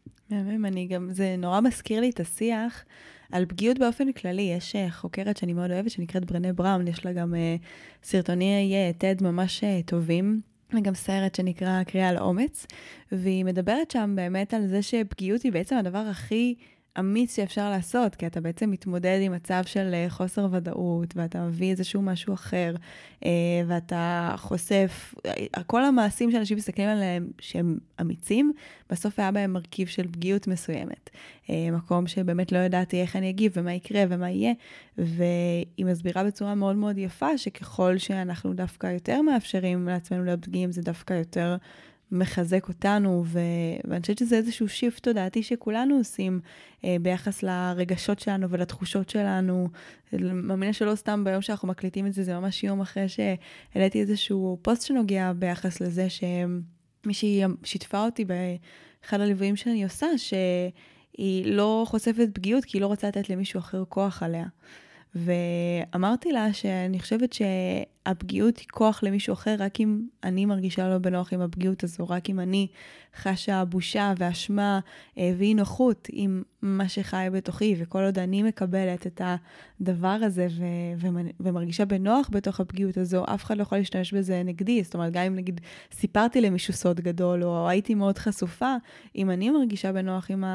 זה נורא מזכיר לי את השיח על פגיעות באופן כללי. יש חוקרת שאני מאוד אוהבת שנקראת ברנה בראון, יש לה גם סרטוני TED ממש טובים, וגם סרט שנקרא קריאה על אומץ, והיא מדברת שם באמת על זה שפגיעות היא בעצם הדבר הכי אמיץ שאפשר לעשות, כי אתה בעצם מתמודד עם מצב של חוסר ודאות, ואתה מביא איזשהו משהו אחר, ואתה חושף, כל המעשים שאנשים מסתכלים עליהם שהם אמיצים, בסוף היה בהם מרכיב של פגיעות מסוימת. מקום שבאמת לא ידעתי איך אני אגיב, ומה יקרה ומה יהיה, והיא מסבירה בצורה מאוד מאוד יפה, שככל שאנחנו דווקא יותר מאפשרים לעצמנו להיות פגיעים, זה דווקא יותר מחזק אותנו, ואני חושבת שזה איזשהו שיפט תודעתי שכולנו עושים ביחס לרגשות שלנו ולתחושות שלנו. מאמינה שלא סתם ביום שאנחנו מקליטים את זה, זה ממש יום אחרי שהעליתי איזשהו פוסט שנוגע ביחס לזה שמישהי שיתפה אותי באחד הליוויים שאני עושה, שהיא לא חושפת פגיעות כי היא לא רוצה לתת למישהו אחר כוח עליה. ואמרתי לה שאני חושבת שהפגיעות היא כוח למישהו אחר, רק אם אני מרגישה לא בנוח עם הפגיעות הזו, רק אם אני חשה בושה ואשמה ואי נוחות עם מה שחי בתוכי, וכל עוד אני מקבלת את הדבר הזה ומרגישה בנוח בתוך הפגיעות הזו, אף אחד לא יכול להשתמש בזה נגדי. זאת אומרת, גם אם נגיד סיפרתי למישהו סוד גדול, או הייתי מאוד חשופה, אם אני מרגישה בנוח עם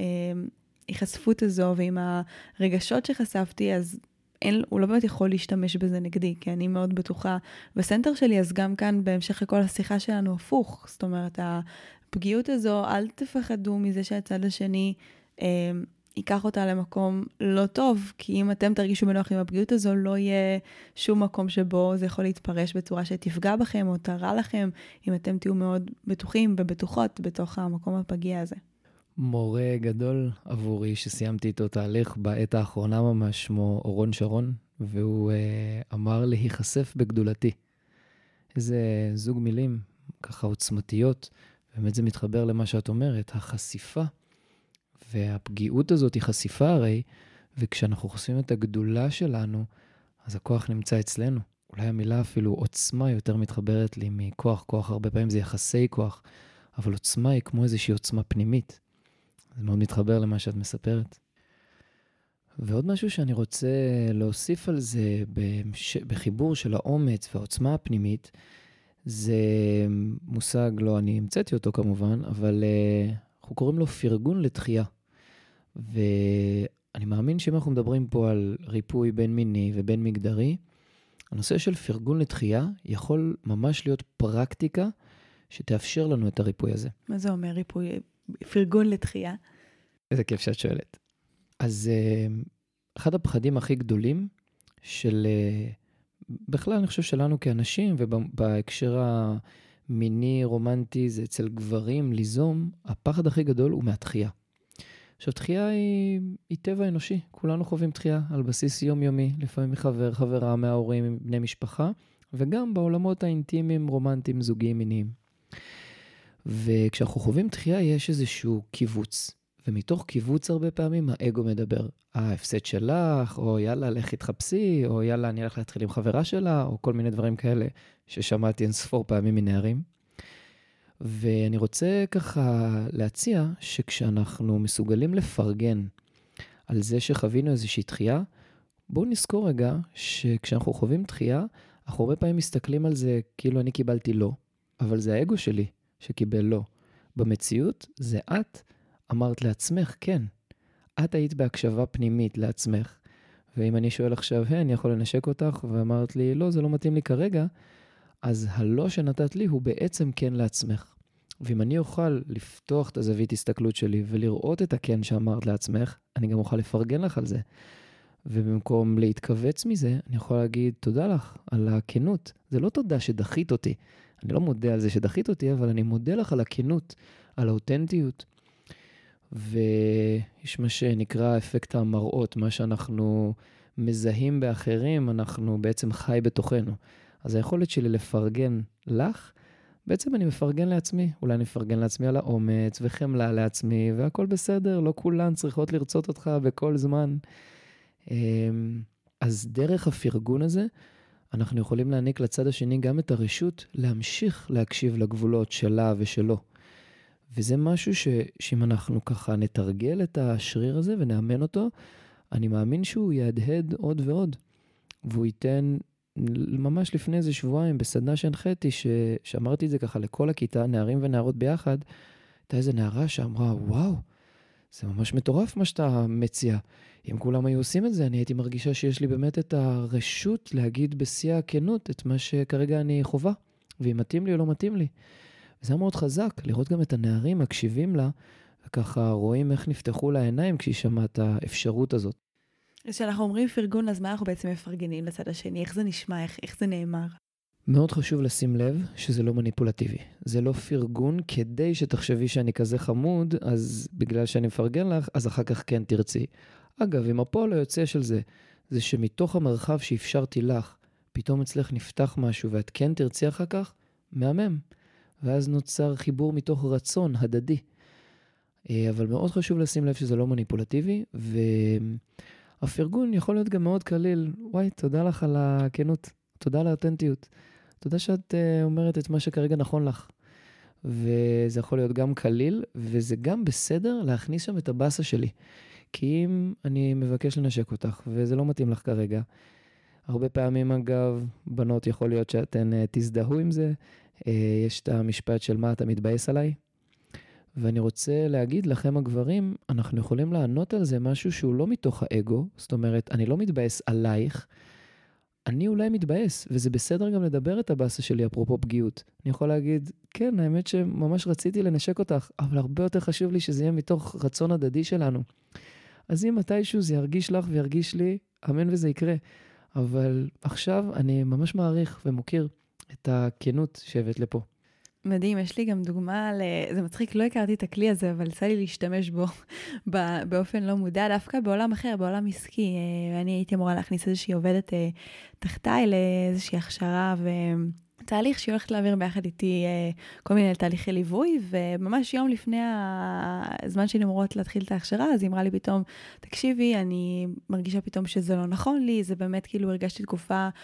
החשפות הזו ועם הרגשות שחשפתי, אז הוא לא באמת יכול להשתמש בזה נגדי, כי אני מאוד בטוחה בסנטר שלי. אז גם כאן בהמשך לכל השיחה שלנו הפוך, זאת אומרת, הפגיעות הזו, אל תפחדו מזה שהצד השני ייקח אותה למקום לא טוב, כי אם אתם תרגישו בנוח עם הפגיעות הזו, לא יהיה שום מקום שבו זה יכול להתפרש בצורה שתפגע בכם או תרע לכם, אם אתם תהיו מאוד בטוחים ובטוחות בתוך המקום הפגיע הזה. מורה גדול עבורי שסיימתי איתו תהליך בעת האחרונה ממש, שמו אורון שרון, והוא אמר להיחשף בגדולתי. איזה זוג מילים ככה עוצמתיות, באמת זה מתחבר למה שאת אומרת, החשיפה והפגיעות הזאת היא חשיפה הרי, וכשאנחנו חושפים את הגדולה שלנו, אז הכוח נמצא אצלנו. אולי המילה אפילו עוצמה יותר מתחברת לי מכוח, כוח הרבה פעמים זה יחסי כוח, אבל עוצמה היא כמו איזושהי עוצמה פנימית. זה מאוד מתחבר למה שאת מספרת. ועוד משהו שאני רוצה להוסיף על זה בחיבור של האומץ והעוצמה הפנימית, זה מושג, לא אני המצאתי אותו כמובן, אבל אנחנו קוראים לו פרגון לתחייה. ואני מאמין שאם אנחנו מדברים פה על ריפוי בין מיני ובין מגדרי, הנושא של פרגון לתחייה יכול ממש להיות פרקטיקה שתאפשר לנו את הריפוי הזה. מה זה אומר ריפוי, פרגון לתחייה? איזה כיף שאת שואלת. אז אחד הפחדים הכי גדולים של, בכלל אני חושב שלנו כאנשים, ובהקשר המיני רומנטי זה אצל גברים ליזום, הפחד הכי גדול הוא מהתחייה. עכשיו, תחייה היא טבע אנושי. כולנו חווים תחייה על בסיס יומיומי, לפעמים מחבר, חברה, מההורים, בני משפחה, וגם בעולמות האינטימיים, רומנטיים, זוגיים, מיניים. וכשאנחנו חווים תחייה, יש איזשהו קיבוץ. ומתוך קיבוץ הרבה פעמים האגו מדבר. ההפסד שלך, או יאללה, לך תחפשי, או יאללה, אני הולך להתחיל עם חברה שלה, או כל מיני דברים כאלה ששמעתי אין ספור פעמים מנערים. ואני רוצה ככה להציע שכשאנחנו מסוגלים לפרגן על זה שחווינו איזושהי תחייה, בואו נזכור רגע שכשאנחנו חווים תחייה, אנחנו הרבה פעמים מסתכלים על זה כאילו אני קיבלתי לא, אבל זה האגו שלי שקיבל לא. במציאות זה את אמרת לעצמך כן. את היית בהקשבה פנימית לעצמך. ואם אני שואל עכשיו, אני יכול לנשק אותך, ואמרת לי, לא, זה לא מתאים לי כרגע, אז הלא שנתת לי הוא בעצם כן לעצמך. ואם אני אוכל לפתוח את הזווית הסתכלות שלי ולראות את הכן שאמרת לעצמך, אני גם אוכל לפרגן לך על זה. ובמקום להתכווץ מזה, אני יכול להגיד תודה לך על הכנות. זה לא תודה שדחית אותי. אני לא מודה על זה שדחית אותי, אבל אני מודה לך על הכנות, על האותנטיות. ויש מה שנקרא אפקט המראות, מה שאנחנו מזהים באחרים, אנחנו בעצם חי בתוכנו. אז היכולת שלי לפרגן לך, בעצם אני מפרגן לעצמי. אולי אני מפרגן לעצמי על האומץ וחמלה לעצמי, והכל בסדר, לא כולן צריכות לרצות אותך בכל זמן. אז דרך הפרגון הזה, אנחנו יכולים להעניק לצד השני גם את הרשות להמשיך להקשיב לגבולות שלה ושלו. וזה משהו שאם אנחנו ככה נתרגל את השריר הזה ונאמן אותו, אני מאמין שהוא יהדהד עוד ועוד. והוא ייתן, ממש לפני איזה שבועיים, בסדנה שהנחיתי, שאמרתי את זה ככה לכל הכיתה, נערים ונערות ביחד, הייתה איזה נערה שאמרה, וואו, זה ממש מטורף מה שאתה מציע. אם כולם היו עושים את זה, אני הייתי מרגישה שיש לי באמת את הרשות להגיד בשיא הכנות את מה שכרגע אני חובה. ואם מתאים לי או לא מתאים לי. וזה מאוד חזק, לראות גם את הנערים מקשיבים לה, וככה רואים איך נפתחו לה העיניים כשהיא שמעה את האפשרות הזאת. אז כשאנחנו אומרים פרגון, אז מה אנחנו בעצם מפרגנים לצד השני? איך זה נשמע? איך זה נאמר? מאוד חשוב לשים לב שזה לא מניפולטיבי. זה לא פרגון כדי שתחשבי שאני כזה חמוד, אז בגלל שאני מפרגן לך, אז אחר כך כן תרצי. אגב, אם הפועל היוצא של זה, זה שמתוך המרחב שאפשרתי לך, פתאום אצלך נפתח משהו ואת כן תרצי אחר כך, מהמם. ואז נוצר חיבור מתוך רצון הדדי. אבל מאוד חשוב לשים לב שזה לא מניפולטיבי, והפרגון יכול להיות גם מאוד קליל. וואי, תודה לך על הכנות, תודה על האותנטיות, תודה שאת אומרת את מה שכרגע נכון לך. וזה יכול להיות גם קליל, וזה גם בסדר להכניס שם את הבאסה שלי. כי אם אני מבקש לנשק אותך, וזה לא מתאים לך כרגע, הרבה פעמים אגב, בנות יכול להיות שאתן תזדהו עם זה, יש את המשפט של מה אתה מתבאס עליי, ואני רוצה להגיד לכם הגברים, אנחנו יכולים לענות על זה משהו שהוא לא מתוך האגו, זאת אומרת, אני לא מתבאס עלייך, אני אולי מתבאס, וזה בסדר גם לדבר את הבאסה שלי אפרופו פגיעות. אני יכול להגיד, כן, האמת שממש רציתי לנשק אותך, אבל הרבה יותר חשוב לי שזה יהיה מתוך רצון הדדי שלנו. אז אם מתישהו זה ירגיש לך וירגיש לי, אמן וזה יקרה. אבל עכשיו אני ממש מעריך ומוקיר את הכנות שהבאת לפה. מדהים, יש לי גם דוגמה, זה מצחיק, לא הכרתי את הכלי הזה, אבל יצא לי להשתמש בו באופן לא מודע, דווקא בעולם אחר, בעולם עסקי. אני הייתי אמורה להכניס איזושהי עובדת תחתיי לאיזושהי הכשרה, ותהליך שהיא הולכת להעביר ביחד איתי כל מיני תהליכי ליווי, וממש יום לפני הזמן שהיא אמורות להתחיל את ההכשרה, אז היא אמרה לי פתאום, תקשיבי, אני מרגישה פתאום שזה לא נכון לי, זה באמת כאילו הרגשתי תקופה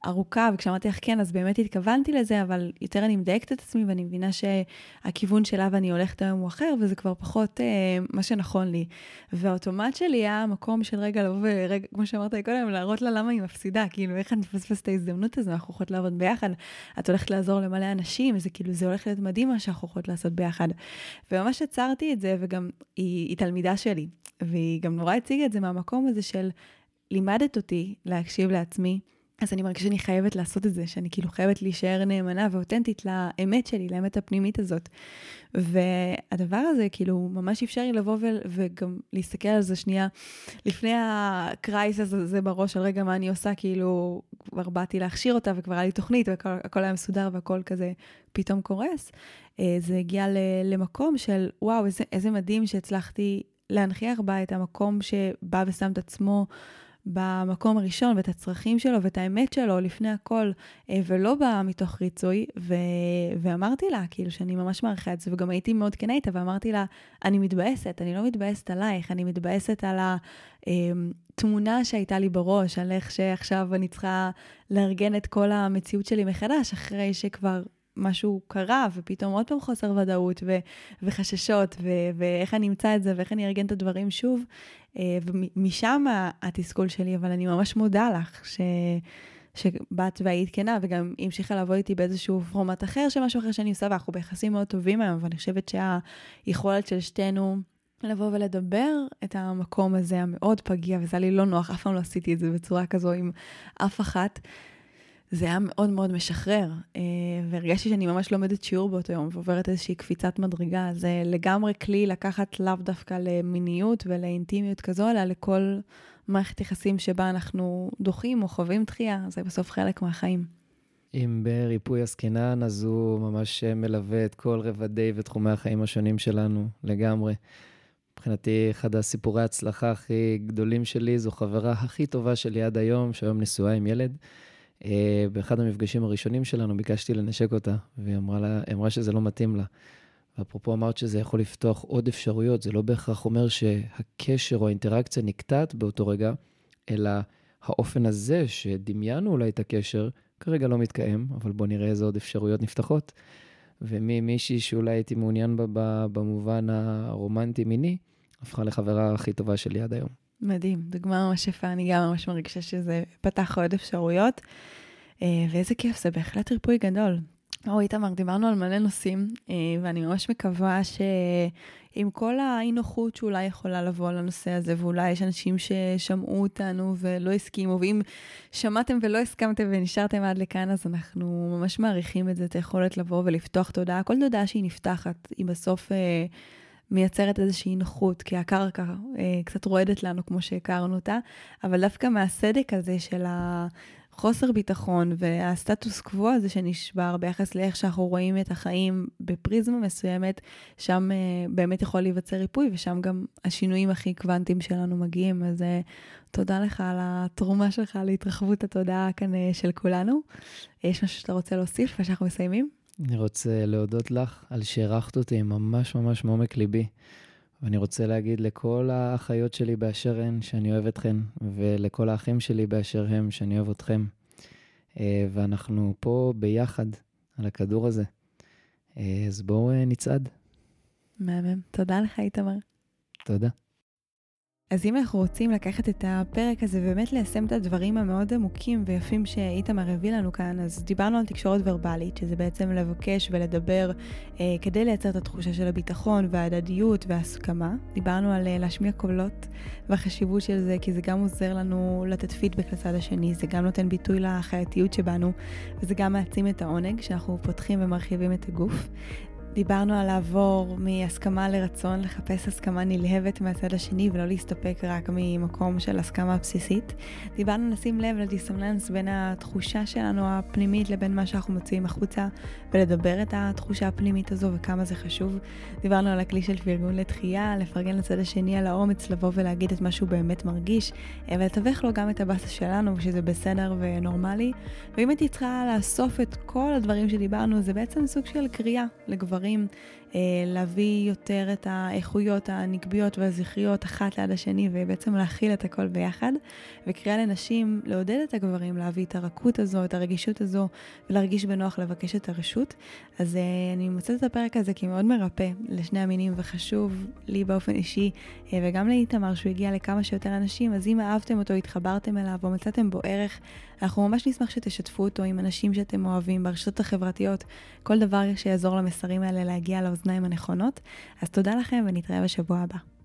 ארוכה, וכשאמרתי לך כן, אז באמת התכוונתי לזה, אבל יותר אני מדייקת את עצמי, ואני מבינה שהכיוון שלה ואני הולכת היום הוא אחר, וזה כבר פחות מה שנכון לי. והאוטומט שלי היה מקום של רגע לבוא ורגע, כמו שאמרת לי קודם, להראות לה למה היא מפסידה, כאילו איך אני מפספס את ההזדמנות הזו, אנחנו יכולות לעבוד ביחד, את הולכת לעזור למלא אנשים, זה כאילו, זה הולך להיות מדהים מה שאנחנו יכולות לעשות ביחד. וממש עצרתי את זה, וגם היא תלמידה שלי, והיא גם נורא הציגה את זה מהמקום הזה של לימדת אותי להקשיב לעצמי, אז אני מרגישה שאני חייבת לעשות את זה, שאני כאילו חייבת להישאר נאמנה ואותנטית לאמת שלי, לאמת הפנימית הזאת. והדבר הזה כאילו ממש אפשר לי לבוא וגם להסתכל על זה שנייה, לפני הקרייס הזה בראש, על רגע מה אני עושה, כאילו כבר באתי להכשיר אותה וכבר היה לי תוכנית והכל היה מסודר והכל כזה פתאום קורס. זה הגיע למקום של וואו, איזה מדהים שהצלחתי להנכיח בה את המקום שבא ושם את עצמו במקום הראשון, ואת הצרכים שלו, ואת האמת שלו, לפני הכל, ולא בא מתוך ריצוי, ואמרתי לה, כאילו, שאני ממש מעריכה את זה, וגם הייתי מאוד כנה איתה, ואמרתי לה, אני מתבאסת, אני לא מתבאסת עלייך, אני מתבאסת על התמונה שהייתה לי בראש, על איך שעכשיו אני צריכה לארגן את כל המציאות שלי מחדש, אחרי שכבר משהו קרה, ופתאום עוד פעם חוסר ודאות, וחששות, ואיך אני אמצא את זה, ואיך אני ארגן את הדברים שוב, ומשם התסכול שלי, אבל אני ממש מודה לך, שבאת והיית כנה, וגם המשיכה לעבוד איתי באיזשהו פורמט אחר, שמשהו אחר שאני עושה, ואנחנו ביחסים מאוד טובים היום, ואני חושבת שהיכולת של שתינו, לבוא ולדבר את המקום הזה, המאוד פגיע, וזה לי לא נוח, אף פעם לא עשיתי את זה בצורה כזו עם אף אחת, זה היה מאוד מאוד משחרר, והרגשתי שאני ממש לומדת שיעור באותו יום, ועוברת איזושהי קפיצת מדרגה. זה לגמרי כלי לקחת לאו דווקא למיניות ולאינטימיות כזו, אלא לכל מערכת יחסים שבה אנחנו דוחים או חווים דחייה, זה בסוף חלק מהחיים. אם בריפוי עסקינן, אז הוא ממש מלווה את כל רבדי ותחומי החיים השונים שלנו לגמרי. מבחינתי, אחד הסיפורי ההצלחה הכי גדולים שלי, זו חברה הכי טובה שלי עד היום, שהיום נשואה עם ילד. באחד המפגשים הראשונים שלנו ביקשתי לנשק אותה, והיא אמרה שזה לא מתאים לה. ואפרופו אמרת שזה יכול לפתוח עוד אפשרויות, זה לא בהכרח אומר שהקשר או האינטראקציה נקטעת באותו רגע, אלא האופן הזה שדמיינו אולי את הקשר, כרגע לא מתקיים, אבל בוא נראה איזה עוד אפשרויות נפתחות. ומישהי שאולי הייתי מעוניין בה במובן הרומנטי מיני, הפכה לחברה הכי טובה שלי עד היום. מדהים, דוגמה ממש יפה, אני גם ממש מרגישה שזה פתח עוד אפשרויות, ואיזה כיף, זה בהחלט ריפוי גדול. איתמר, דיברנו על מלא נושאים, ואני ממש מקווה שעם כל האי-נוחות שאולי יכולה לבוא לנושא הזה, ואולי יש אנשים ששמעו אותנו ולא הסכימו, ואם שמעתם ולא הסכמתם ונשארתם עד לכאן, אז אנחנו ממש מעריכים את זה, את היכולת לבוא ולפתוח תודעה. כל תודעה שהיא נפתחת, היא בסוף מייצרת איזושהי נוחות, כי הקרקע קצת רועדת לנו כמו שהכרנו אותה, אבל דווקא מהסדק הזה של חוסר ביטחון והסטטוס קוו הזה שנשבר ביחס לאיך שאנחנו רואים את החיים בפריזמה מסוימת, שם באמת יכול להיווצר ריפוי, ושם גם השינויים הכי קוונטיים שלנו מגיעים. אז תודה לך על התרומה שלך להתרחבות התודעה כאן של כולנו. יש משהו שאתה רוצה להוסיף ושאנחנו מסיימים? אני רוצה להודות לך על שערכת אותי ממש ממש מעומק ליבי. ואני רוצה להגיד לכל האחיות שלי באשר הן שאני אוהב אתכן, ולכל האחים שלי באשר הם שאני אוהב אתכם. ואנחנו פה ביחד על הכדור הזה. אז בואו נצעד. מהמם. תודה לך, איתמר. תודה. אז אם אנחנו רוצים לקחת את הפרק הזה ובאמת ליישם את הדברים המאוד עמוקים ויפים שאיתמר הביא לנו כאן, אז דיברנו על תקשורת ורבלית, שזה בעצם לבקש ולדבר כדי לייצר את התחושה של הביטחון וההדדיות וההסכמה. דיברנו על להשמיע קולות והחשיבות של זה, כי זה גם עוזר לנו לתת פידבק לצד השני, זה גם נותן ביטוי לחייתיות שבנו, וזה גם מעצים את העונג שאנחנו פותחים ומרחיבים את הגוף. דיברנו על לעבור מהסכמה לרצון, לחפש הסכמה נלהבת מהצד השני ולא להסתפק רק ממקום של הסכמה בסיסית. דיברנו לשים לב לדיסוננס בין התחושה שלנו הפנימית לבין מה שאנחנו מוציאים החוצה, ולדבר את התחושה הפנימית הזו וכמה זה חשוב. דיברנו על הכלי של פרגון לתחייה, לפרגן לצד השני על האומץ לבוא ולהגיד את מה שהוא באמת מרגיש, ולתווך לו גם את הבאסה שלנו ושזה בסדר ונורמלי. ואם הייתי צריכה לאסוף את כל הדברים שדיברנו, זה בעצם סוג של קריאה לגברים להביא יותר את האיכויות הנקביות והזכריות אחת ליד השני, ובעצם להכיל את הכל ביחד, וקריאה לנשים לעודד את הגברים, להביא את הרכות הזו, את הרגישות הזו, ולהרגיש בנוח לבקש את הרשות. אז אני מוצאת את הפרק הזה כמאוד מרפא לשני המינים, וחשוב לי באופן אישי, וגם לאיתמר שהוא הגיע לכמה שיותר אנשים. אז אם אהבתם אותו, התחברתם אליו, או מצאתם בו ערך, אנחנו ממש נשמח שתשתפו אותו עם אנשים שאתם אוהבים ברשתות החברתיות, כל דבר שיעזור למסרים האלה להגיע לאוזניים הנכונות. אז תודה לכם ונתראה בשבוע הבא.